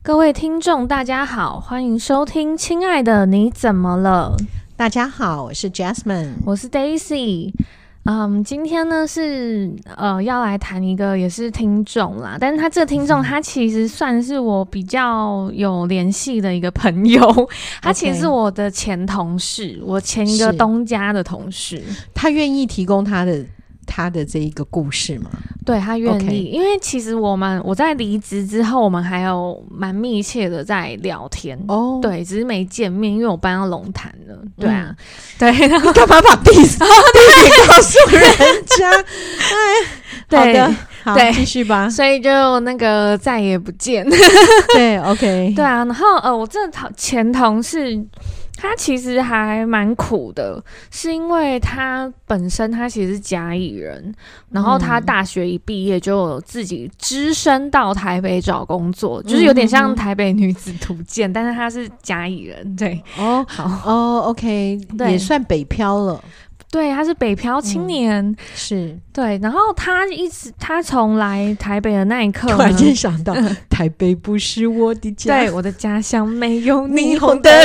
各位听众大家好，欢迎收听亲爱的你怎么了。 大家好，我是 Jasmine， 我是 Daisy。今天呢是要来谈一个也是听众啦，但是他这个听众他其实算是我比较有联系的一个朋友，他其实是我的前同事，我前一个东家的同事。 他愿意提供他的这一个故事吗？ 对，他愿意，因为其实我在离职之后，我们还有蛮密切的在聊天哦。对，只是没见面，因为我搬到龙潭了。对啊，对，你干嘛把地点告诉人家？哎，好的，好，继续吧。 所以就那个再也不见。 对 ，OK， 对啊。然后我这前同事。他其实还蛮苦的，是因为他本身他其实是嘉义人，然后他大学一毕业就自己只身到台北找工作，就是有点像台北女子图鉴，但是他是嘉义人，对， 哦，好，哦 ，OK， 也算北漂了。 对，他是北漂青年， 是对。然后他从来台北的那一刻， 突然间想到，台北不是我的家， 对，我的家乡没有霓虹灯。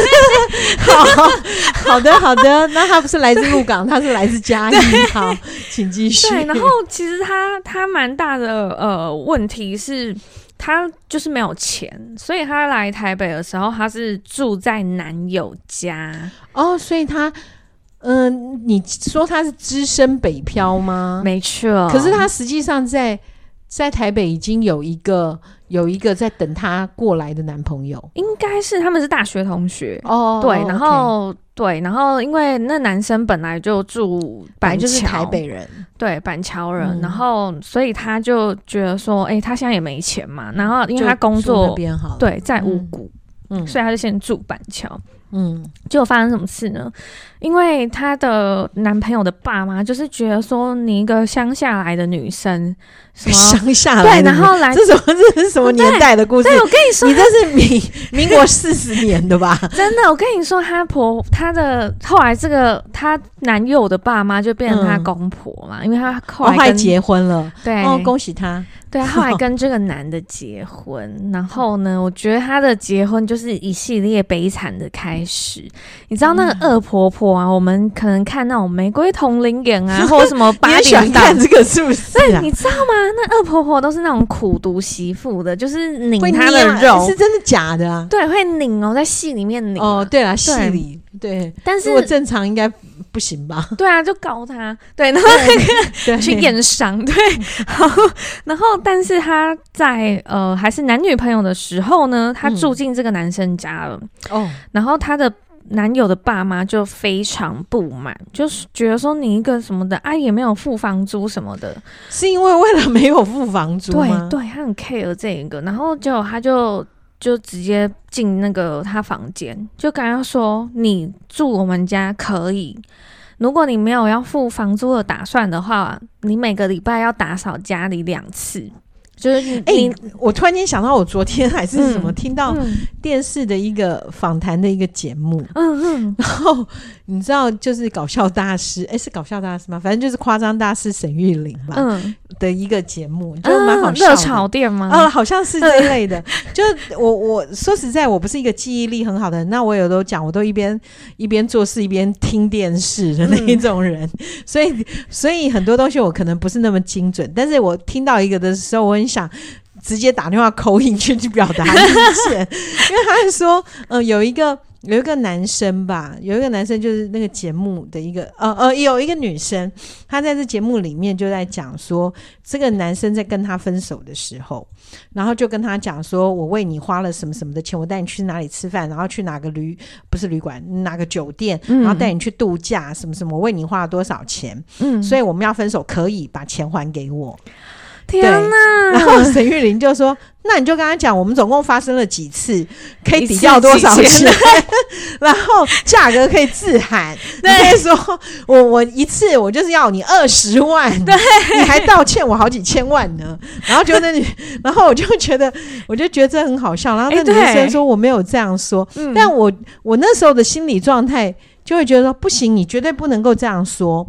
好的，那他不是来自鹿港，他是来自嘉义。好，请继续。 对，然后其实他蛮大的问题是。他就是没有钱，所以他来台北的时候，他是住在男友家。哦， 所以他。你说他是只身北漂吗？ 没错， 可是他实际上在台北已经有一个在等他过来的男朋友， 应该是他们是大学同学哦。 对，然后对，然后因为那男生本来就住板桥，本来就是台北人， 对，板桥人，然后所以他就觉得说，他现在也没钱嘛，然后因为他工作那边好， 对，在五股，所以他就先住板桥。结果发生什么事呢？因为她的男朋友的爸妈就是觉得说，你一个乡下来的女生，什么乡下来的， 对，然后来这是什么年代的故事？ 对，我跟你说， 你这是民国40年的吧？ 真的，我跟你说，她的后来这个她男友的爸妈就变成她公婆嘛，因为她后来结婚了， 对， 恭喜她。 对，后来跟这个男的结婚，然后呢，我觉得他的结婚就是一系列悲惨的开始。你知道那个恶婆婆啊，我们可能看那种《玫瑰童林演》啊，或者什么8点档， 看这个是不是？ 对，你知道吗？那恶婆婆都是那种苦毒媳妇的，就是拧她的肉， 是真的假的啊？ 对，会拧哦，在戏里面拧。 哦，对啦，戏里对， 但是如果正常应该不行吧？ 对啊，就告他，对，然后那个去验伤，对，然后但是他在还是男女朋友的时候呢，他住进这个男生家了，然后他的男友的爸妈就非常不满，就是觉得说你一个什么的啊，也没有付房租什么的， 是因为为了没有付房租吗？ 对，他很 care 这个，然后结果他就直接进那个他房间，就跟他说：“你住我们家可以，如果你没有要付房租的打算的话，你每个礼拜要打扫家里2次。”就是我突然间想到，我昨天还是什么听到电视的一个访谈的一个节目，然后你知道就是搞笑大师，是搞笑大师吗？反正就是夸张大师沈玉琳吧，的一个节目，就蛮好笑的。 热炒店吗？ 好像是这一类的。就我说实在，我不是一个记忆力很好的人，那我有都讲，我都一边做事一边听电视的那一种人，所以很多东西我可能不是那么精准，但是我听到一个的时候，我很想直接打电话call in去表达意见，因为他是说，有一个男生吧，有一个男生就是那个节目的一个有一个女生，她在这节目里面就在讲说，这个男生在跟她分手的时候，然后就跟她讲说，我为你花了什么什么的钱，我带你去哪里吃饭，然后去哪个不是旅馆，哪个酒店，然后带你去度假，什么什么，我为你花了多少钱，所以我们要分手，可以把钱还给我。 天哪！ 然后沈玉琳就说：“那你就跟他讲，我们总共发生了几次，可以抵掉多少钱，然后价格可以自喊。你可以说我一次我就是要你20万，对，你还道歉我好几千万呢。然后然后我就觉得这很好笑。然后那女生说我没有这样说，但我那时候的心理状态就会觉得说不行，你绝对不能够这样说。”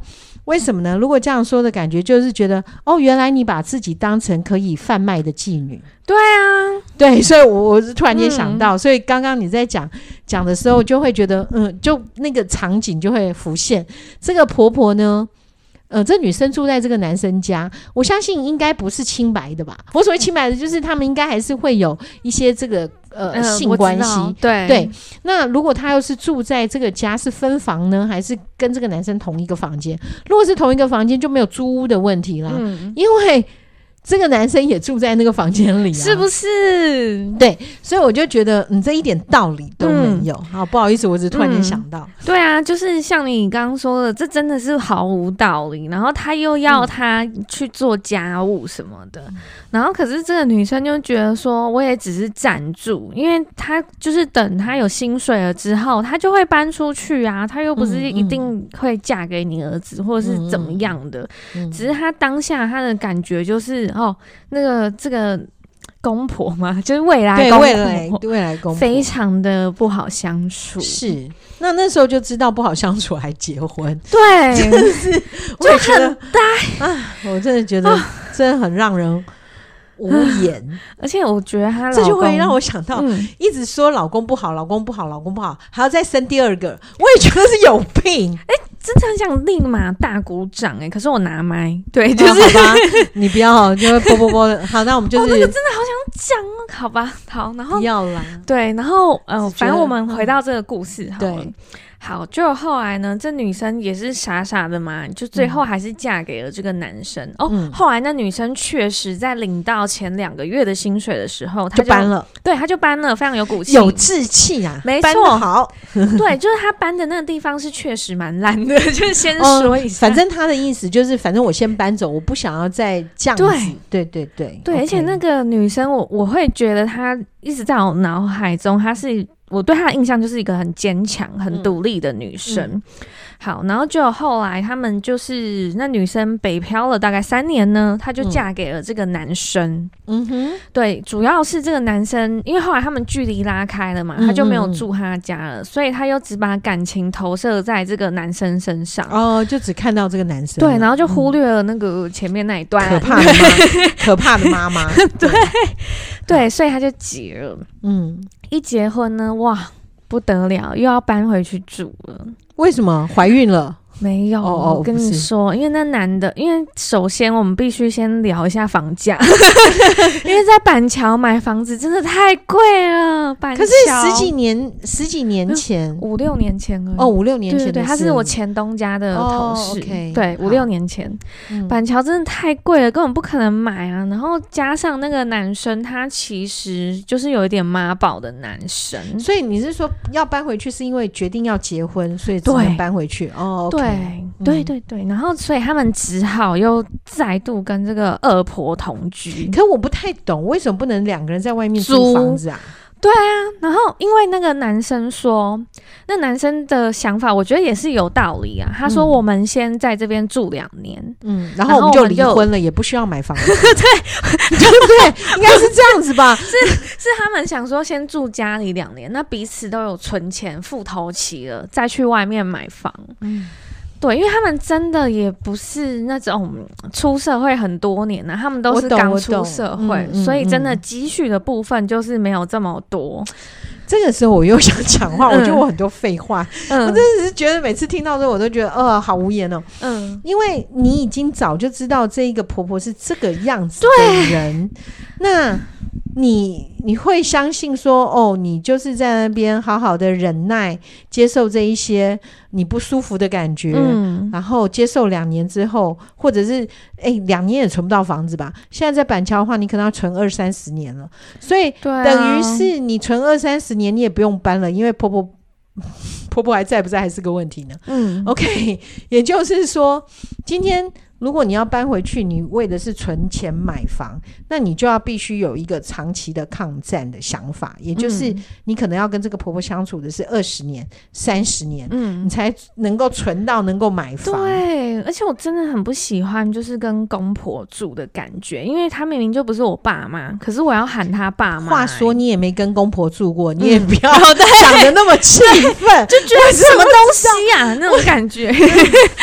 为什么呢？如果这样说的感觉就是觉得原来你把自己当成可以贩卖的妓女。 对啊， 对，所以我突然间想到，所以刚刚你在讲的时候就会觉得就那个场景就会浮现。这个婆婆呢这女生住在这个男生家，我相信应该不是清白的吧。我所谓清白的就是他们应该还是会有一些这个性关系。对，那如果她又是住在这个家是分房呢，还是跟这个男生同一个房间？如果是同一个房间就没有租屋的问题啦，因为这个男生也住在那个房间里是不是？ 对，所以我就觉得这一点道理都没有。好，不好意思，我只是突然间想到。 对啊，就是像你刚刚说的，这真的是毫无道理。然后他又要他去做家务什么的，然后可是这个女生就觉得说，我也只是暂住，因为他就是等他有薪水了之后，他就会搬出去啊，他又不是一定会嫁给你儿子或者是怎么样的，只是他当下他的感觉就是那个这个公婆嘛，就是未来公婆， 未来公婆非常的不好相处。 是，那时候就知道不好相处还结婚， 对， 真的是就很呆啊！我真的觉得真的很让人无言。而且我觉得她老公这就会让我想到，一直说老公不好，老公不好，老公不好，还要再生第二个，我也觉得是有病。 真的很想立马大鼓掌可是我拿麦，对，就是好吧，你不要就会啵的。好，那我们就是那个真的好想讲好吧，好，然后不要啦， 对，然后反正我们回到这个故事好了。 对。 好，就后来呢，这女生也是傻傻的嘛，就最后还是嫁给了这个男生。后来那女生确实在领到前2个月的薪水的时候，她就搬了。 对，她就搬了，非常有骨气， 有志气啊， 没错， 搬得好。 对，就是她搬的那个地方是确实蛮烂的，就先说一下。 反正她的意思就是，反正我先搬走，我不想要再这样子。对， 而且那个女生，我会觉得她一直在我脑海中，她是。我对她的印象就是一个很坚强、很独立的女生。好，然后就后来他们就是那女生北漂了大概3年呢，她就嫁给了这个男生。对，主要是这个男生，因为后来他们距离拉开了嘛，他就没有住他家了，所以他又只把感情投射在这个男生身上。 就只看到这个男生。 对，然后就忽略了那个前面那一段可怕的妈妈。 对，所以他就结了。一结婚呢，哇，不得了，又要搬回去住了。 为什么？怀孕了？ 没有，我跟你说，因为那男的，因为首先我们必须先聊一下房价，因为在板桥买房子真的太贵了。板桥可是十几年前 ，5、6年前而已。 5、6年前， 对，他是我前东家的同事。对，5、6年前，板桥真的太贵了，根本不可能买啊。然后加上那个男生，他其实就是有一点妈宝的男生。 所以你是说要搬回去，是因为决定要结婚，所以只能搬回去？ 对，然后所以他们只好又再度跟这个二婆同居。 可我不太懂，为什么不能2个人在外面租房子啊？ 对啊，然后因为那个男生说，那男生的想法我觉得也是有道理啊。他说我们先在这边住2年， 然后我们就离婚了，也不需要买房子。对不对？应该是这样子吧？ 是他们想说先住家里2年，那彼此都有存钱付头期了，再去外面买房。对，因为他们真的也不是那种出社会很多年他们都是刚出社会，所以真的积蓄的部分就是没有这么多。 这个时候我又想讲话，我觉得我很多废话，我真的是觉得每次听到这我都觉得好无言哦。因为你已经早就知道这一个婆婆是这个样子的人，那你会相信说你就是在那边好好的忍耐接受这一些你不舒服的感觉，然后接受2年之后，或者是2年也存不到房子吧，现在在板桥的话你可能要存20-30年了，所以等于是你存20-30年你也不用搬了，因为婆婆还在不在还是个问题呢。OK， 也就是说今天如果你要搬回去，你为的是存钱买房，那你就要必须有一个长期的抗战的想法，也就是你可能要跟这个婆婆相处的是20年、30年，你才能够存到能够买房。 对，而且我真的很不喜欢就是跟公婆住的感觉，因为他明明就不是我爸妈，可是我要喊他爸妈。 话说你也没跟公婆住过，你也不要讲得那么气愤， 就觉得什么东西啊那种感觉。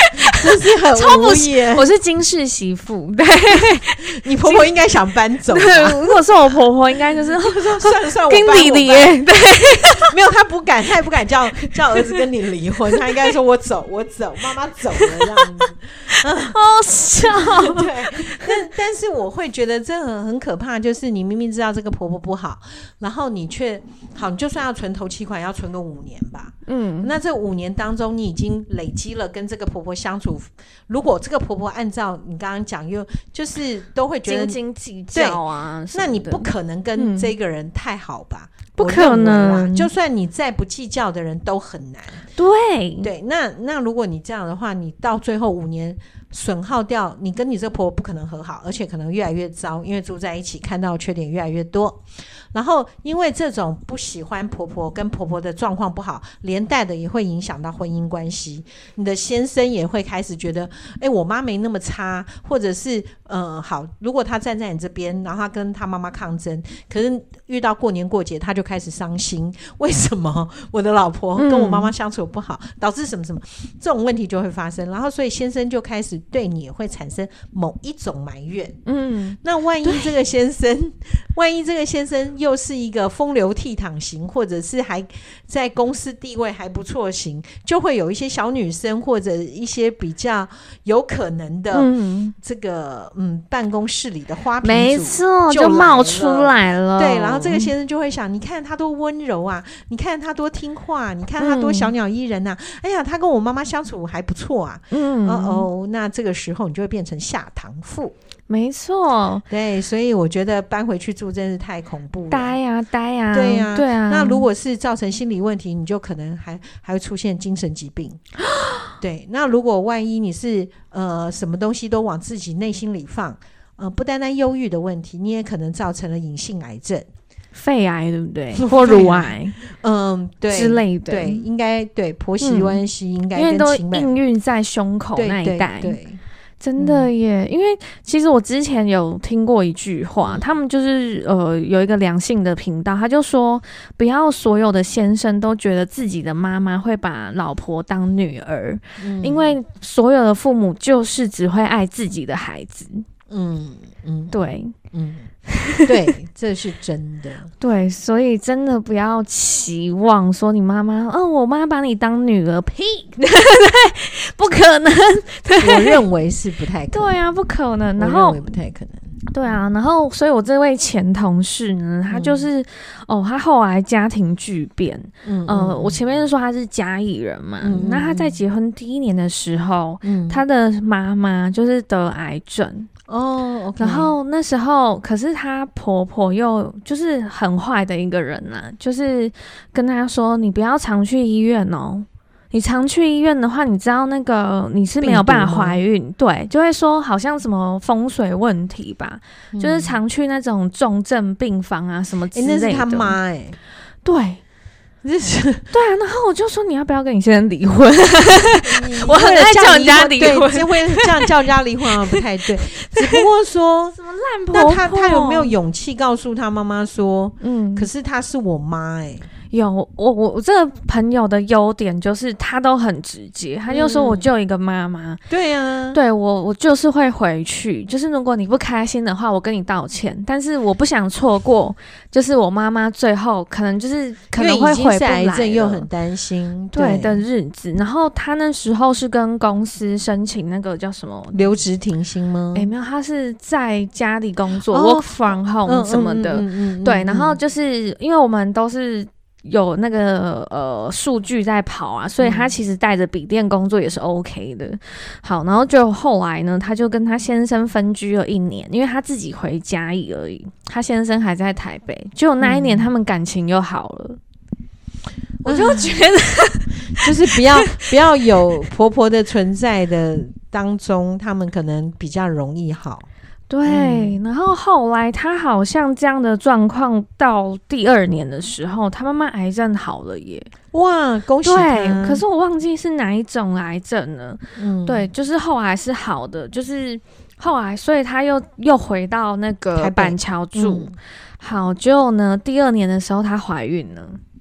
真是很超不无言。 我是金氏媳妇，对， 你婆婆应该想搬走吧。 如果是我婆婆，应该就是算了算了， 跟你离耶，对， 没有，他也不敢叫儿子跟你离婚，他应该说我走，妈妈走了这样子， 好笑。 对，但是我会觉得这很可怕，就是你明明知道这个婆婆不好，然后你却好，你就算要存头期款，要存个5年吧。那这5年当中，你已经累积了跟这个婆婆相处。如果这个婆婆按照你刚刚讲，就是都会觉得斤斤计较啊， 那你不可能跟这个人太好吧？ 不可能， 就算你再不计较的人都很难。对，那如果你这样的话，你到最后5年损耗掉，你跟你这个婆婆不可能和好，而且可能越来越糟，因为住在一起看到的缺点越来越多。然后因为这种不喜欢婆婆跟婆婆的状况不好，连带的也会影响到婚姻关系。你的先生也会开始觉得我妈没那么差，或者是好，如果他站在你这边，然后他跟他妈妈抗争，可是遇到过年过节他就开始伤心，为什么我的老婆跟我妈妈相处不好，导致什么什么，这种问题就会发生。然后所以先生就开始对你也会产生某一种埋怨。那万一这个先生又是一个风流倜傥型，或者是还在公司地位还不错型，就会有一些小女生或者一些比较有可能的这个办公室里的花瓶没错，就冒出来了。 对，然后这个先生就会想，你看他多温柔啊，你看他多听话，你看他多小鸟依人啊，哎呀，他跟我妈妈相处还不错啊。那这个时候你就会变成下堂妇。 没错， 对，所以我觉得搬回去住真是太恐怖了。 呆呀， 对啊。那如果是造成心理问题，你就可能还会出现精神疾病。对，那如果万一你是什么东西都往自己内心里放，不单单忧郁的问题，你也可能造成了隐性癌症。 肺癌对不对？或乳癌对之类的。 对，应该对婆媳关系应该跟因为都孕育在胸口那一带。 对， 真的耶。因为其实我之前有听过一句话，他们就是有一个两性的频道，他就说不要所有的先生都觉得自己的妈妈会把老婆当女儿，因为所有的父母就是只会爱自己的孩子。对， 对，这是真的。 对，所以真的不要期望说你妈妈我妈把你当女儿，屁，对，不可能。 我认为是不太可能。 对啊，不可能。然后我认为不太可能。 对啊，然后所以我这位前同事呢，他就是他后来家庭巨变。我前面是说他是嘉义人嘛，那他在结婚第1年的时候，他的妈妈就是得癌症。然后那时候可是她婆婆又就是很坏的一个人啊，就是跟她说你不要常去医院哦，你常去医院的话，你知道那个你是没有办法怀孕。对，就会说好像什么风水问题吧，就是常去那种重症病房啊什么之类的。 那是他妈对。对啊，然后我就说你要不要跟你先生离婚？我很爱叫人家离婚， 对，会这样叫人家离婚啊，不太对。只不过说什么烂婆婆， 那他有没有勇气告诉他妈妈说，可是她是我妈有，我这个朋友的优点就是他都很直接，他就说我就一个妈妈。 对啊， 对，我就是会回去，就是如果你不开心的话，我跟你道歉，但是我不想错过，就是我妈妈最后可能会回不来了， 癌症又很担心对的日子。然后他那时候是跟公司申请那个叫什么留职停薪吗？ 没有，他是在家里工作，work from home 什么的。对，然后就是因为我们都是有那个数据在跑啊，所以他其实带着笔电工作也是 OK 的。好，然后就后来呢，他就跟他先生分居了1年，因为他自己回嘉义而已，他先生还在台北。结果那1年他们感情又好了。我就觉得就是不要有婆婆的存在的当中，他们可能比较容易好。 对，然后后来他好像这样的状况到第2年的时候，他妈妈癌症好了耶！ 哇，恭喜他！ 对，可是我忘记是哪一种癌症了。对，就是后来是好的，就是后来，所以他又回到那个板桥住。好，结果呢，第2年的时候她怀孕了。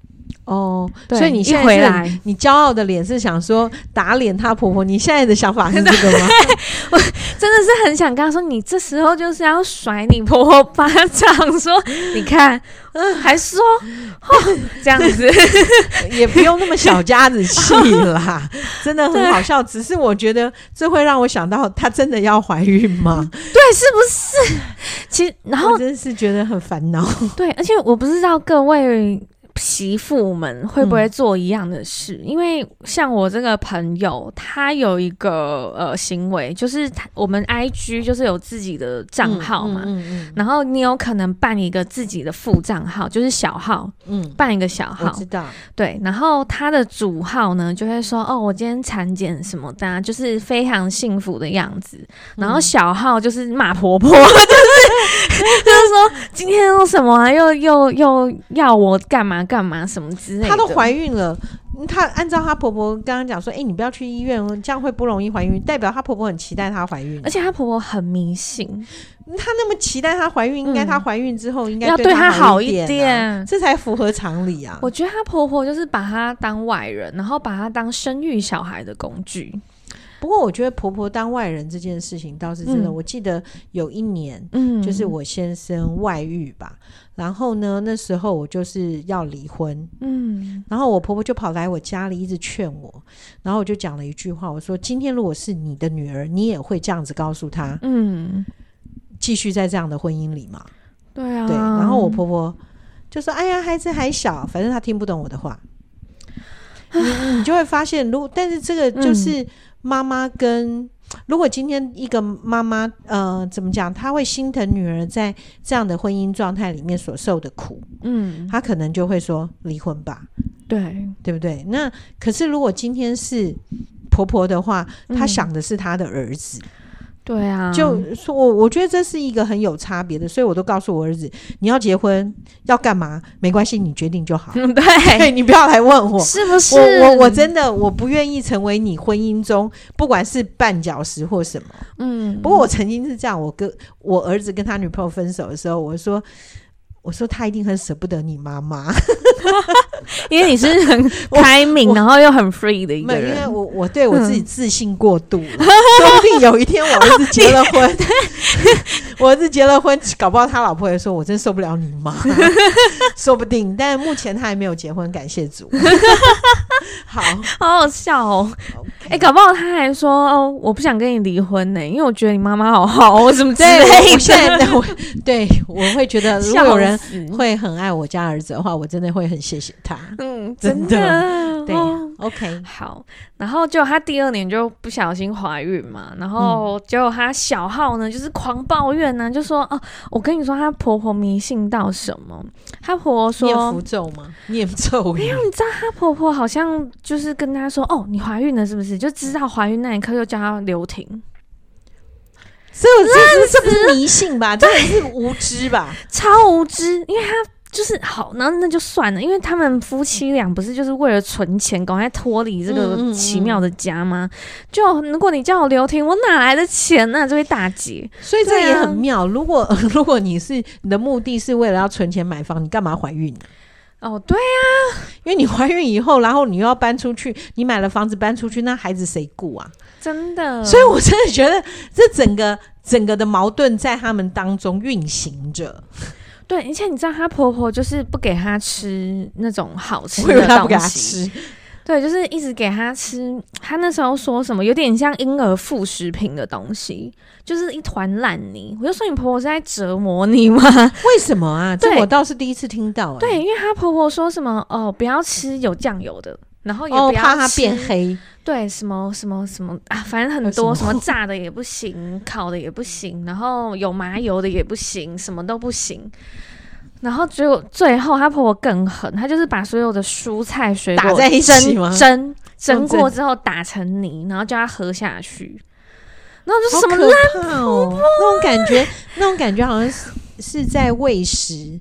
哦，所以你现在回来， 你骄傲的脸是想说打脸她婆婆，你现在的想法是这个吗？ 我真的是很想跟她说，你这时候就是要甩你婆婆巴掌，说你看，还说这样子， 也不用那么小家子气啦，真的很好笑。只是我觉得这会让我想到，她真的要怀孕吗？ 对，是不是？其实，然后我真是觉得很烦恼。 对，而且我不知道各位媳妇们会不会做一样的事，因为像我这个朋友，他有一个行为，就是我们 IG 就是有自己的账号嘛，然后你有可能办一个自己的副账号，就是小号，办一个小号， 我知道， 对，然后他的主号呢就会说，哦，我今天产检什么的，就是非常幸福的样子，然后小号就是骂婆婆，就是说今天又什么啊，又要我干嘛干嘛什么之类的。 她都怀孕了，她按照她婆婆刚刚讲说，你不要去医院，这样会不容易怀孕，代表她婆婆很期待她怀孕， 而且她婆婆很迷信， 她那么期待她怀孕，应该她怀孕之后应该要对她好一点，这才符合常理啊。 我觉得她婆婆就是把她当外人，然后把她当生育小孩的工具。 不过我觉得婆婆当外人这件事情倒是真的，我记得有一年，就是我先生外遇吧，然后呢那时候我就是要离婚，然后我婆婆就跑来我家里一直劝我，然后我就讲了一句话，我说今天如果是你的女儿，你也会这样子告诉她，继续在这样的婚姻里吗？ 对啊， 对，然后我婆婆就说，哎呀孩子还小，反正她听不懂我的话。你就会发现，但是这个就是妈妈跟如果今天一个妈妈怎么讲，她会心疼女儿在这样的婚姻状态里面所受的苦，她可能就会说离婚吧，对不对？那可是如果今天是婆婆的话，她想的是她的儿子， 对啊， 就说我觉得这是一个很有差别的，所以我都告诉我儿子，你要结婚要干嘛没关系，你决定就好，对，你不要来问我是不是， 我真的我不愿意成为你婚姻中不管是绊脚石或什么。不过我曾经是这样，我儿子跟他女朋友分手的时候，我说他一定很舍不得你妈妈因为你是很开明然后又很 free 的一个人， 因为我对我自己自信过度了说不定有一天我儿子结了婚我儿子结了婚，搞不好他老婆也说我真受不了你妈说不定，但目前他还没有结婚，感谢主好好笑哦搞不好他还说我不想跟你离婚呢，因为我觉得你妈妈好好什么之类的。 我现在我会觉得如果有人会很爱我家儿子的话，我真的会很谢谢他。真的对OK 好，然后就他第2年就不小心怀孕嘛，然后结果他小号呢就是狂抱怨啊，就说我跟你说他婆婆迷信到什么，他婆婆说念符咒吗？念咒语？ 没有，你知道他婆婆好像就是跟他说你怀孕了是不是，就知道怀孕那一刻又叫他留停。 这不是迷信吧？这也是无知吧？ 超无知，因为他就是好，然后那就算了，因为他们夫妻俩不是就是为了存钱赶快脱离这个奇妙的家吗？就如果你叫我留停，我哪来的钱呢？这位大姐， 所以这也很妙。如果你的目的是为了要存钱买房，你干嘛怀孕？ 对啊， 因为你怀孕以后，然后你又要搬出去，你买了房子搬出去，那孩子谁顾啊？ 真的， 所以我真的觉得这整个的矛盾在他们当中运行着。 对，而且你知道她婆婆就是不给她吃那种好吃的东西， 我以为她不给她吃， 对，就是一直给她吃。她那时候说什么有点像婴儿副食品的东西，就是一团烂泥。我就说你婆婆是在折磨你吗？ 为什么啊？这我倒是第一次听到。 对，因为她婆婆说什么不要吃有酱油的，然后也不要吃怕它变黑。 对，什么啊，反正很多什么炸的也不行，烤的也不行，然后有麻油的也不行，什么都不行。然后最后她婆婆更狠，她就是把所有的蔬菜水果打在一起吗？ 蒸过之后打成泥，然后叫她喝下去。然后就什么烂婆婆， 那种感觉好像是在喂食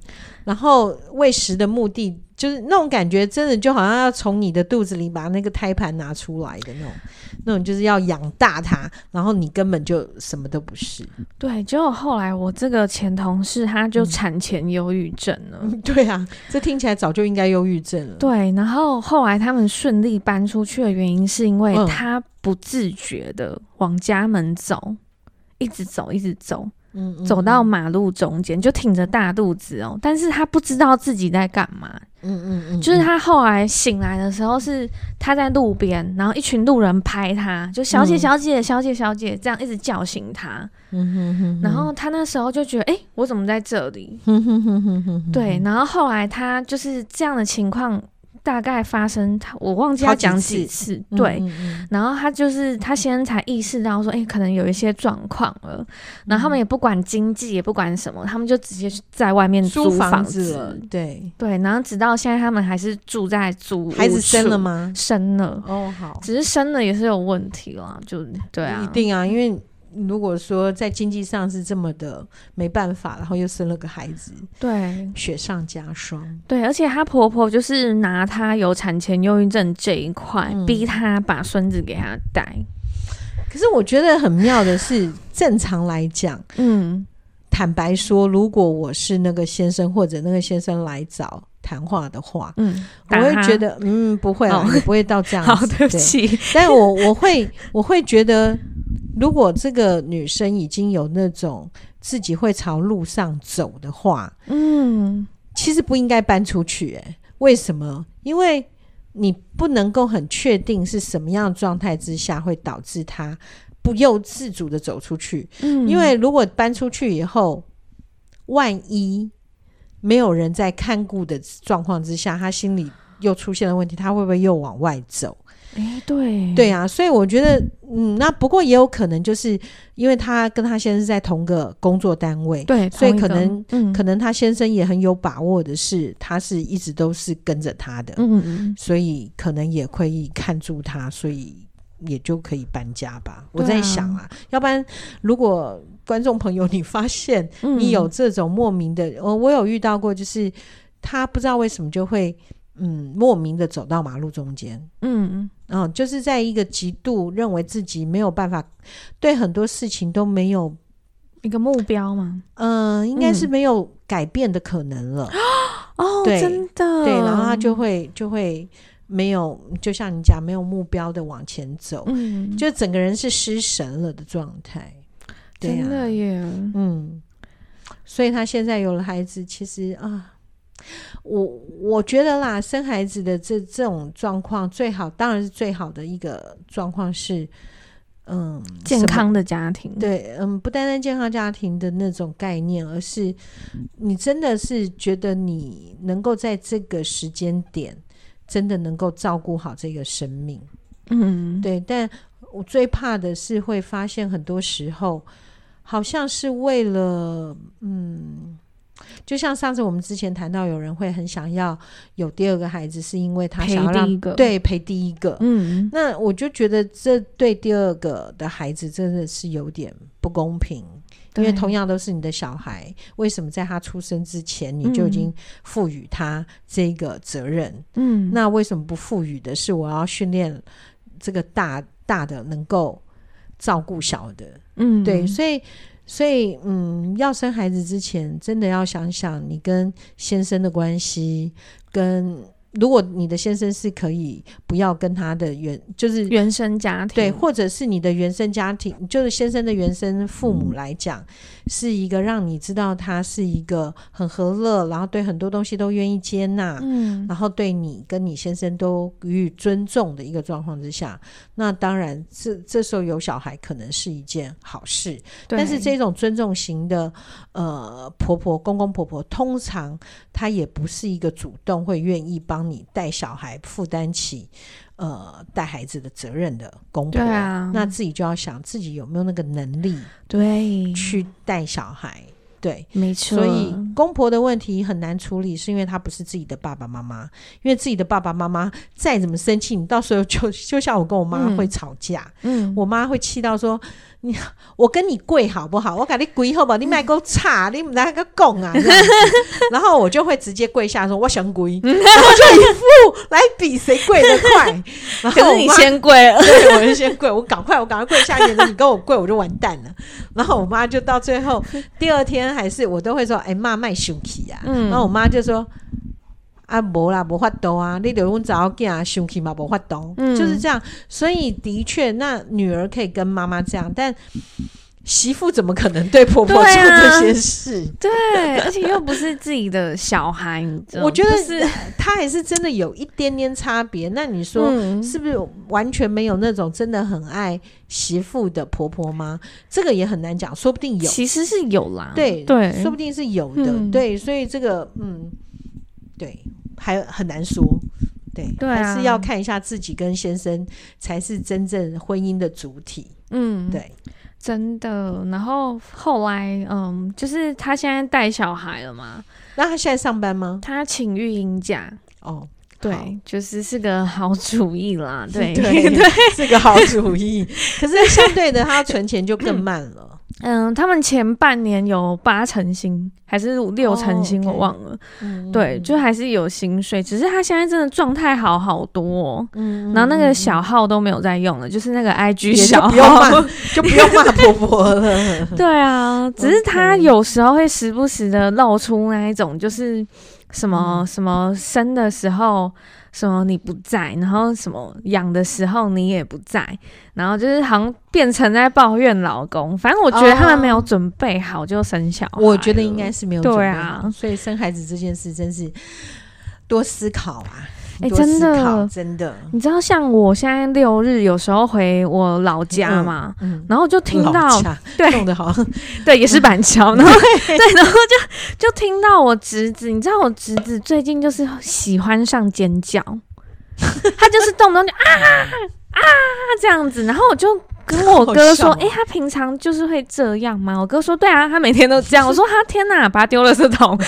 然后喂食的目的就是那种感觉，真的就好像要从你的肚子里把那个胎盘拿出来的那种就是要养大它，然后你根本就什么都不是。 对，结果后来我这个前同事他就产前忧郁症了。 对啊，这听起来早就应该忧郁症了。 对，然后后来他们顺利搬出去的原因是因为他不自觉的往家门走，一直走一直走，走到马路中间就挺着大肚子哦，但是他不知道自己在干嘛。就是他后来醒来的时候是他在路边，然后一群路人拍他，就小姐小姐小姐小姐这样一直叫醒他。然后他那时候就觉得我怎么在这里？对，然后后来他就是这样的情况大概发生，我忘记要讲几次，对，然后他先才意识到说，可能有一些状况了，然后他们也不管经济，也不管什么，他们就直接在外面租房子了， 对， 然后直到现在他们还是住在租屋处。 孩子生了吗？ 生了， 好， 只是生了也是有问题啦，就对啊， 一定啊，因为如果说在经济上是这么的没办法，然后又生了个孩子， 对， 雪上加霜。 对，而且她婆婆就是拿她有产前忧郁症这一块，逼她把孙子给她带。 可是我觉得很妙的是，正常来讲，坦白说，如果我是那个先生，或者那个先生来找谈话的话，我会觉得不会啦，也不会到这样子。 好，对不起。 但我会觉得，如果这个女生已经有那种自己会朝路上走的话，其实不应该搬出去。为什么？因为你不能够很确定是什么样的状态之下会导致她不由自主的走出去。因为如果搬出去以后，万一没有人在看顾的状况之下，她心里又出现了问题，她会不会又往外走？对啊，所以我觉得那不过也有可能就是因为他跟他先生在同个工作单位， 对， 所以可能他先生也很有把握的是他是一直都是跟着他的，所以可能也可以看住他，所以也就可以搬家吧。我在想啊，要不然如果观众朋友你发现你有这种莫名的，我有遇到过，就是他不知道为什么就会莫名的走到马路中间，就是在一个极度认为自己没有办法，对很多事情都没有一个目标吗？ 应该是没有改变的可能了。对， 真的， 对，然后他就会没有，就像你讲，没有目标的往前走，就整个人是失神了的状态。对啊， 真的耶。 所以他现在有了孩子，其实我觉得啦，生孩子的这种状况最好，当然是最好的一个状况是健康的家庭。 对，不单单健康家庭的那种概念，而是你真的是觉得你能够在这个时间点真的能够照顾好这个生命。对，但我最怕的是会发现很多时候好像是为了就像上次我们之前谈到有人会很想要有第二个孩子，是因为他想要让陪第一个，那我就觉得这对第二个的孩子真的是有点不公平，因为同样都是你的小孩，为什么在他出生之前你就已经赋予他这个责任？那为什么不赋予的是我要训练这个大的能够照顾小的？对，所以要生孩子之前真的要想想你跟先生的关系，跟如果你的先生是可以不要跟他的就是原生家庭， 对，或者是你的原生家庭，就是先生的原生父母来讲，是一个让你知道他是一个很和乐，然后对很多东西都愿意接纳，然后对你跟你先生都予以尊重的一个状况之下，那当然这时候有小孩可能是一件好事。但是这种尊重型的公公婆婆，通常他也不是一个主动会愿意帮你带小孩，负担起带孩子的责任的公婆。那自己就要想自己有没有那个能力，对，去带小孩。 对， 没错。 所以公婆的问题很难处理，是因为他不是自己的爸爸妈妈，因为自己的爸爸妈妈再怎么生气，你到时候就像我跟我妈会吵架，我妈会气到说我跟你跪好不好？我跟你跪好不好？你别给我吵，你不能给我讲啊！然后我就会直接跪下说我想跪，然后就一副来比谁跪得快。然后可是你先跪了， 对，我就先跪，我赶快跪下去，你跟我跪我就完蛋了。然后我妈就到最后第二天还是我都会说，妈卖生气啊。然后我妈就说。没啦，没法度啊！你就问查某囝生气嘛，没法度，就是这样。所以的确，那女儿可以跟妈妈这样，但媳妇怎么可能对婆婆做这些事？ 对，而且又不是自己的小孩，你知道吗？ 我觉得是他还是真的有一点点差别。那你说是不是完全没有那种真的很爱媳妇的婆婆吗？这个也很难讲，说不定有， 其实是有啦。 对，说不定是有的。对，所以这个对，还很难说。对，还是要看一下自己跟先生才是真正婚姻的主体。对， 真的。然后后来就是他现在带小孩了嘛， 那他现在上班吗？ 他请育婴假。对，是个好主意啦。对， 是个好主意。可是相对的，他要存钱就更慢了。 他们前半年有8成薪还是6成薪，我忘了。对，就还是有薪水，只是他现在真的状态好多然后那个小号都没有在用了，就是那个 IG 小号就不用骂婆婆了。 对啊，只是他有时候会时不时的露出那一种，就是什么生的时候什么你不在，然后什么养的时候你也不在，然后就是好像变成在抱怨老公。反正我觉得他们没有准备好就生小孩， 我觉得应该是没有准备好。 对啊， 所以生孩子这件事真是多思考啊。真的， 你知道像我现在6日有时候回我老家嘛，然后就听到对弄得好对，也是板桥，然后对，然后就听到我侄子，你知道我侄子最近就是喜欢上尖叫，他就是动不动就这样子，然后我就跟我哥说他平常就是会这样吗？我哥说对啊，他每天都这样。我说天哪，把他丢垃圾桶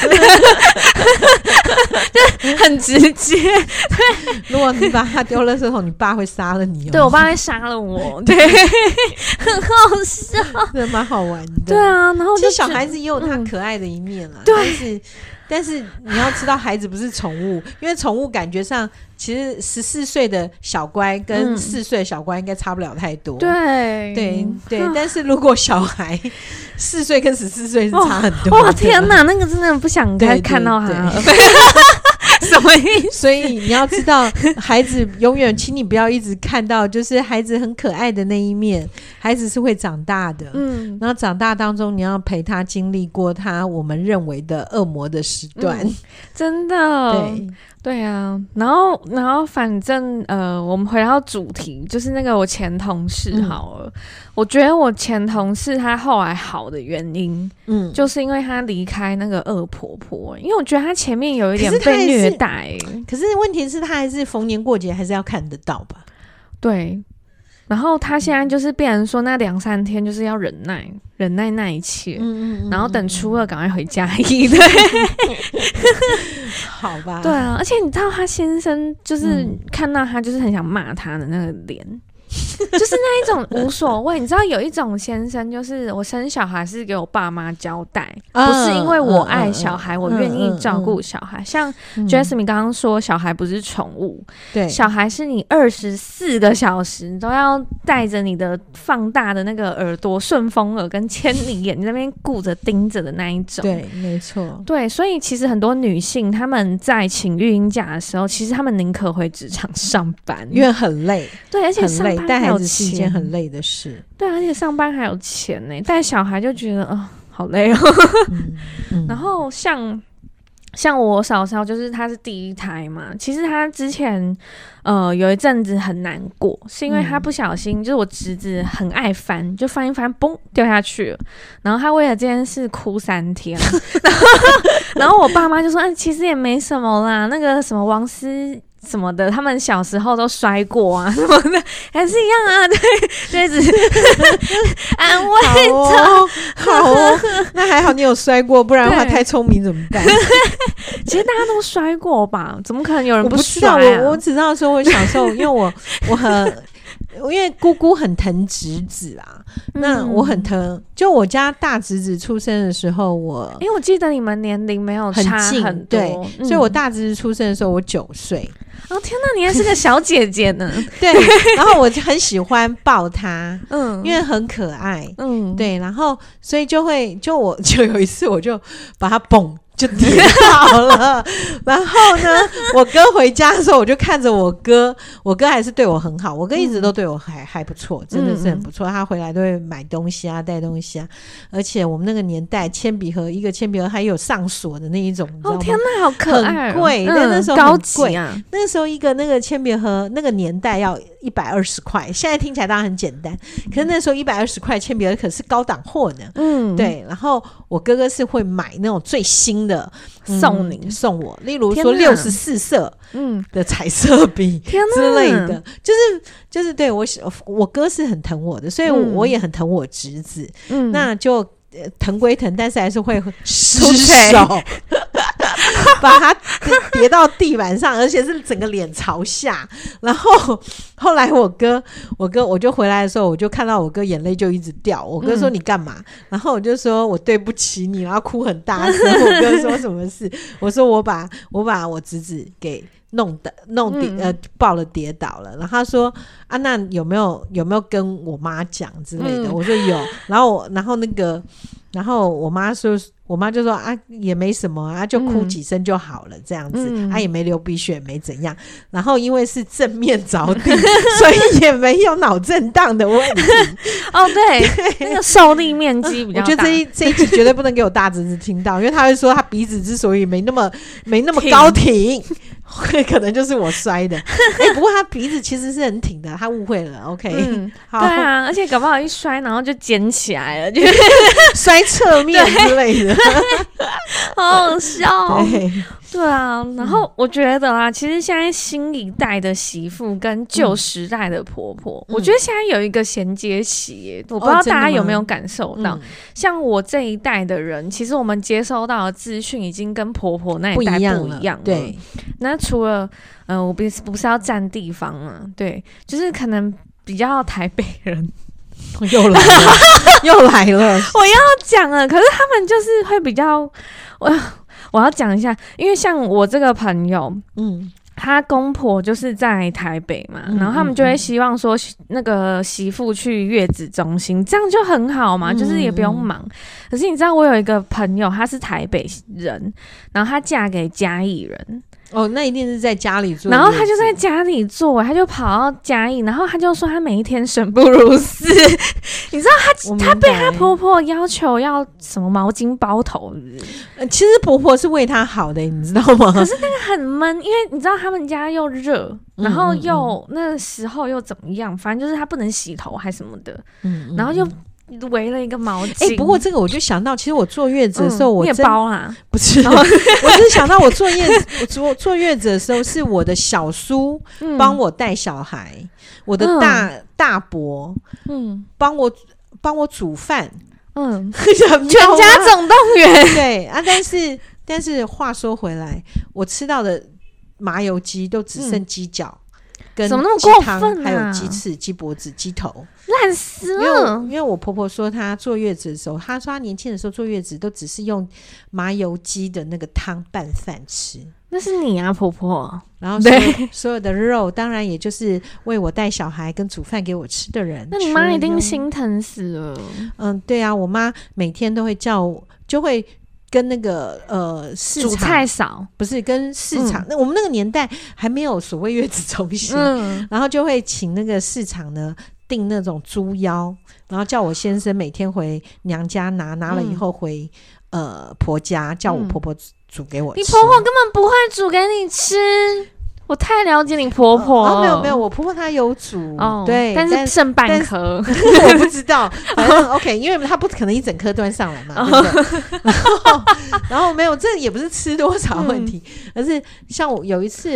就很直接。对， 如果你把他丢垃圾桶，你爸会杀了你。 对，我爸会杀了我。对，很好笑， 真的蛮好玩的。 对啊，然后其实小孩子也有他可爱的一面啦。但是你要知道，孩子不是宠物，因为宠物感觉上，其实14岁的小乖跟4岁的小乖应该差不了太多。对，但是如果小孩4岁跟14岁是差很多。 哇，天哪，那个真的不想再看到他了。什么意思？ 所以你要知道，孩子永远，请你不要一直看到就是孩子很可爱的那一面，孩子是会长大的。然后长大当中，你要陪他经历过我们认为的恶魔的时段。 真的。对啊，然后反正我们回到主题，就是那个我前同事好了。我觉得我前同事他后来好的原因，就是因为他离开那个恶婆婆，因为我觉得他前面有一点被虐待。 可是问题是他还是逢年过节还是要看得到吧？ 对。然后他现在就是变成说那2-3天就是要忍耐那一切，然后等初2赶快回家。对， 好吧。 对啊，而且你知道他先生就是看到他就是很想骂他的那个脸。就是那一种无所谓，你知道有一种先生，就是我生小孩是给我爸妈交代，不是因为我爱小孩，我愿意照顾小孩。像 Jasmine 刚刚说，小孩不是宠物， 对， 小孩是你24个小时你都要带着你的放大的那个耳朵、顺风耳跟千里眼，你那边顾着盯着的那一种。 对，没错。 对，所以其实很多女性她们在请育婴假的时候，其实她们宁可回职场上班， 因为很累。 对，而且很累。带孩子是一件很累的事。 对，而且上班还有钱呢，带小孩就觉得好累哦。然后像我嫂嫂，就是她是第一胎嘛，其实她之前有一阵子很难过，是因为她不小心，就是我侄子很爱翻，就翻一翻，嘣掉下去了，然后她为了这件事哭3天，然后我爸妈就说，其实也没什么啦，那个什么王思什么的，他们小时候都摔过啊什么的，还是一样啊，对，就一直安慰着。 好哦，那还好你有摔过，不然的话太聪明怎么办？ 其实大家都摔过吧，怎么可能有人不摔啊？我只知道说我小时候，因为我因为姑姑很疼侄子啊，那我很疼。就我家大侄子出生的时候，我记得你们年龄没有差很多， 对，所以我大侄子出生的时候我9岁。 哦天哪，你还是个小姐姐呢！ 对，然后我就很喜欢抱他，因为很可爱，对，然后所以就有一次我就把他蹦。就跌倒了，然后呢，我哥回家的时候，我就看着我哥还是对我很好，我哥一直都对我还不错，真的是很不错。他回来都会买东西啊，带东西啊，而且我们那个年代，一个铅笔盒还有上锁的那一种，你知道吗？ 天哪，好可爱， 很贵，那时候高级啊。 那个时候一个那个铅笔盒，那个年代要120块，现在听起来当然很简单，可是那时候120块铅笔盒可是高档货呢。对，然后我哥哥是会买那种最新的送我，例如说64色的彩色笔之类的，就是对我哥是很疼我的，所以我也很疼我侄子，那就疼归疼，但是还是会失手把他跌到地板上，而且是整个脸朝下。然后后来我哥我就回来的时候，我就看到我哥眼泪就一直掉。我哥说你干嘛？然后我就说我对不起你，然后哭很大声。我哥说什么事？我说我把我侄子给爆了跌倒了。然后他说啊，那有没有跟我妈讲之类的？我说有。然后我妈就说啊，也没什么啊，就哭几声就好了，这样子啊，也没流鼻血，没怎样。然后因为是正面着地，所以也没有脑震荡的问题。 哦，对，那个受力面积比较大。 我觉得这一集绝对不能给我大侄子听到，因为他会说他鼻子之所以没那么高挺，可能就是我摔的。不过他鼻子其实是很挺的，他误会了。OK，好， 对啊，而且搞不好一摔，然后就捡起来了，就摔侧面之类的。 好好笑。对啊，然后我觉得啦，其实现在新一代的媳妇跟旧时代的婆婆，我觉得现在有一个衔接期耶，我不知道大家有没有感受到。像我这一代的人，其实我们接收到的资讯已经跟婆婆那一代不一样了。对，那除了我不是要占地方啊，对，就是可能比较台北人。 又来了， 我要讲了。可是他们就是会比较，我要讲一下，因为像我这个朋友，他公婆就是在台北嘛，然后他们就会希望说那个媳妇去月子中心，这样就很好嘛，就是也不用忙。可是你知道我有一个朋友，他是台北人，然后他嫁给嘉义人。 哦，那一定是在家里做， 然后他就在家里做，他就跑到嘉义，然后他就说他每一天生不如死。你知道他被他婆婆要求要什么毛巾包头是不是？ 其实婆婆是为他好的，你知道吗？ 可是那个很闷，因为你知道他们家又热，然后又那时候又怎么样，反正就是他不能洗头还什么的，然后又围了一个毛巾。 不过这个我就想到，其实我坐月子的时候，我也包啦， 不是，我只是想到我坐月子的时候，是我的小叔帮我带小孩，我的大伯帮我煮饭， 全家总动员。 对啊，但是话说回来，我吃到的麻油鸡都只剩鸡脚。跟怎么那么过分啊？ 还有鸡翅、鸡脖子、鸡头， 烂死了。 因为我婆婆说她坐月子的时候，她说她年轻的时候坐月子都只是用麻油鸡的那个汤拌饭吃。 那是你啊，婆婆。 然后所有的肉，当然也就是为我带小孩跟煮饭给我吃的人。 那你妈一定心疼死了。 对啊，我妈每天都会叫我，就会。跟那个市场煮菜嫂不是跟市场，那我们那个年代还没有所谓月子中心，然后就会请那个市场呢订那种猪腰，然后叫我先生每天回娘家拿了以后回婆家叫我婆婆煮给我吃。 你婆婆根本不会煮给你吃。我太了解你婆婆没有，我婆婆她有煮，对， 但是剩半颗， 我不知道，反正 OK， 因为她不可能一整颗端上来嘛，对不对？然后没有，这也不是吃多少问题，而是像我有一次，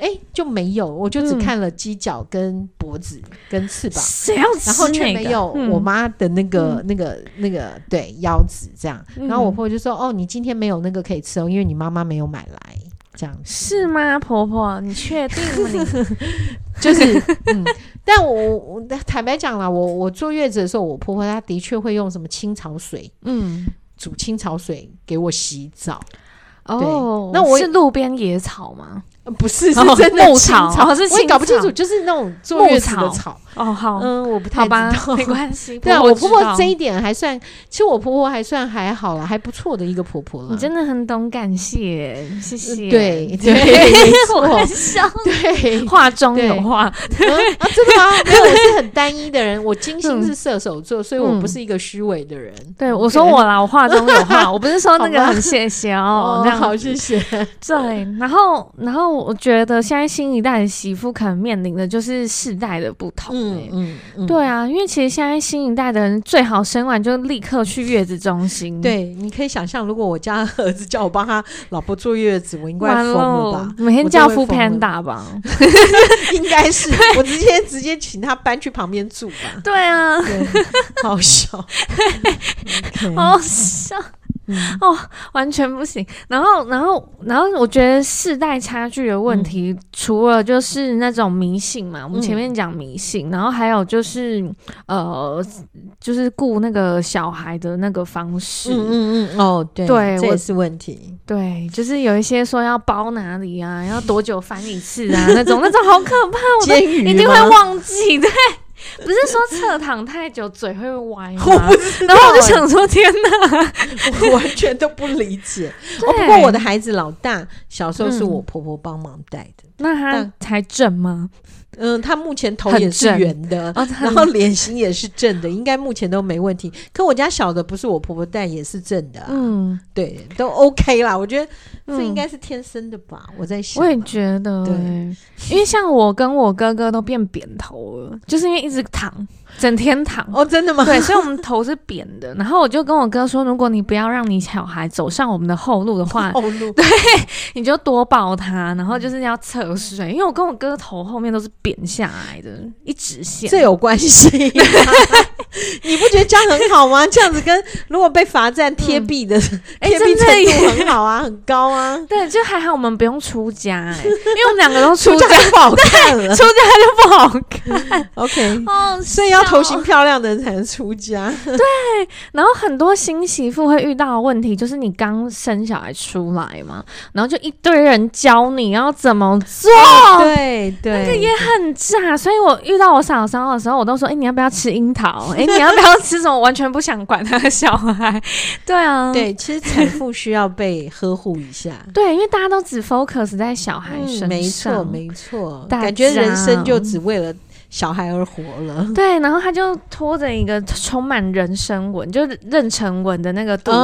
就没有，我就只看了犄角跟脖子跟翅膀， 谁要吃然后却没有我妈的那个对腰子这样。然后我婆婆就说哦，你今天没有那个可以吃哦，因为你妈妈没有买来。这样是吗？婆婆你确定吗？你就是但我坦白讲啦，我坐月子的时候，我婆婆她的确会用什么青草水煮青草水给我洗澡。 那我是路边野草吗？ 不是，是真的牧草，是青草， 我也搞不清楚，就是那种坐月子的草。 好， 我不太知道， 没关系。 对啊，我婆婆这一点还算，其实我婆婆还算还好啦，还不错的一个婆婆了。 你真的很懂感谢，谢谢。 对， 没错，我很笑。 对， 话中有话。 真的吗？没有，我是很单一的人。我金星是射手座，所以我不是一个虚伪的人。 对，我说我啦，我话中有话，我不是说那个很谢谢哦。 好，谢谢。 对，然后我觉得现在新一代的媳妇可能面临的就是世代的不同。对啊，因为其实现在新一代的人最好生完就立刻去月子中心。 对，你可以想象，如果我家儿子叫我帮他老婆坐月子，我应该疯了吧？ 每天叫Foodpanda吧？ 应该是，我直接请他搬去旁边住吧。 对啊， 对，好笑， 好笑。完全不行。然后我觉得世代差距的问题，除了就是那种迷信嘛，我们前面讲迷信，然后还有就是就是顾那个小孩的那个方式。 对，这也是问题。 对，就是有一些说要包哪里啊，要多久翻一次啊，那种好可怕，我一定会忘记。对。不是说侧躺太久嘴会歪吗？然后我就想说天哪， 我完全都不理解。不过我的孩子老大小时候是我婆婆帮忙带的。 那他才正吗？ 他目前头也是圆的，然后脸型也是正的，应该目前都没问题。可我家小的不是我婆婆带也是正的对，都 OK 啦。我觉得这应该是天生的吧，我在想。 我也觉得，对，因为像我跟我哥哥都变扁头了，就是因为一直躺，整天躺。 真的吗？ 对，所以我们头是扁的。然后我就跟我哥说，如果你不要让你小孩走上我们的后路的话，对，你就多抱他，然后就是要侧睡，因为我跟我哥头后面都是扁下来的一直线。 这有关系吗？你不觉得这样很好吗？这样子跟如果被罚站贴壁的贴壁程度很好啊，很高啊。 对，就还好我们不用出家因为我们两个都出家不好看了， 出家就不好看。 OK， 所以要头型漂亮的人才能出家。 对，然后很多新媳妇会遇到的问题就是你刚生小孩出来嘛，然后就一堆人教你要怎么做。 对， 那个也很炸。所以我遇到我嫂嫂的时候，我都说你要不要吃樱桃？你要不要吃什么？完全不想管他的小孩。对啊， 对，其实产妇需要被呵护一下。 对，因为大家都只 focus 在小孩身上。 没错，感觉人生就只为了小孩而活了。 对，然后他就拖着一个充满人参纹，就是妊娠纹的那个肚子。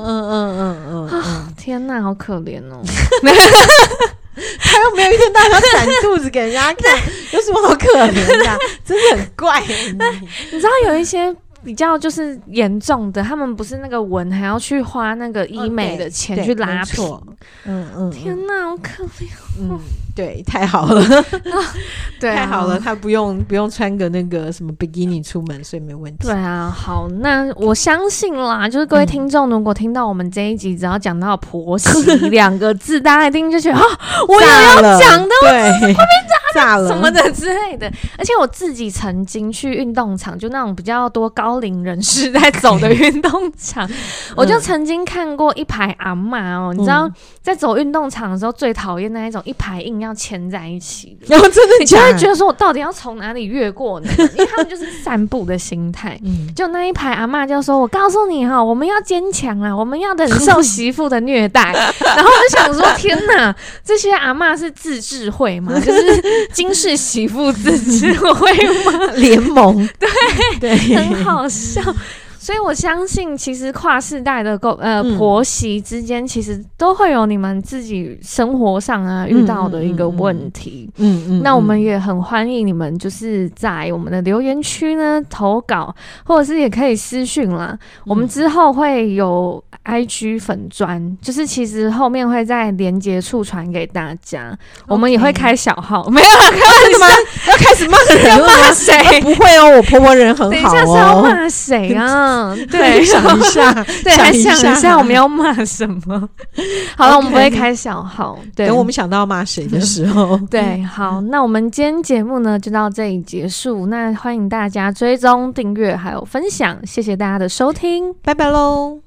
天哪，好可怜哦。 他又没有一天到晚展肚子给人家看，有什么好可怜的？真的很怪。 你知道有一些比较就是严重的，他们不是那个纹还要去花那个医美的钱去拉皮。天哪，好可怜。 对，太好了。 对啊， 太好了，他不用穿个那个什么比基尼出门，所以没问题。 对啊，好，那我相信啦，就是各位听众如果听到我们这一集只要讲到婆媳2个字，大家一定就觉得我也要讲的， 对，会被炸了什么的之类的。而且我自己曾经去运动场，就那种比较多高龄人士在走的运动场，我就曾经看过一排阿嬷你知道在走运动场的时候最讨厌那一种一排硬要牵在一起的。 真的你就会觉得说我到底要从哪里越过呢？因为他们就是散步的心态。就那一排阿嬷就说，我告诉你我们要坚强啊，我们要忍受媳妇的虐待。然后我就想说天哪，这些阿嬷是自治会吗？就是金氏媳妇自治会吗？ 联盟。 对，很好笑。 所以我相信其实跨世代的婆媳之间其实都会有你们自己生活上啊遇到的一个问题。那我们也很欢迎你们就是在我们的留言区呢投稿，或者是也可以私讯啦。我们之后会有 IG 粉专，就是其实后面会在连结处传给大家。我们也会开小号，没有啦，开玩笑， 要开始骂人了吗？ 骂谁？ 不会哦，我婆婆人很好哦。 等一下是要骂谁啊？对， 想一下， 对，还想一下我们要骂什么？好了，我们不会开小号，对， 等我们想到骂谁的时候。 对，好，那我们今天节目呢就到这里结束。那欢迎大家追踪、订阅还有分享，谢谢大家的收听， 拜拜喽。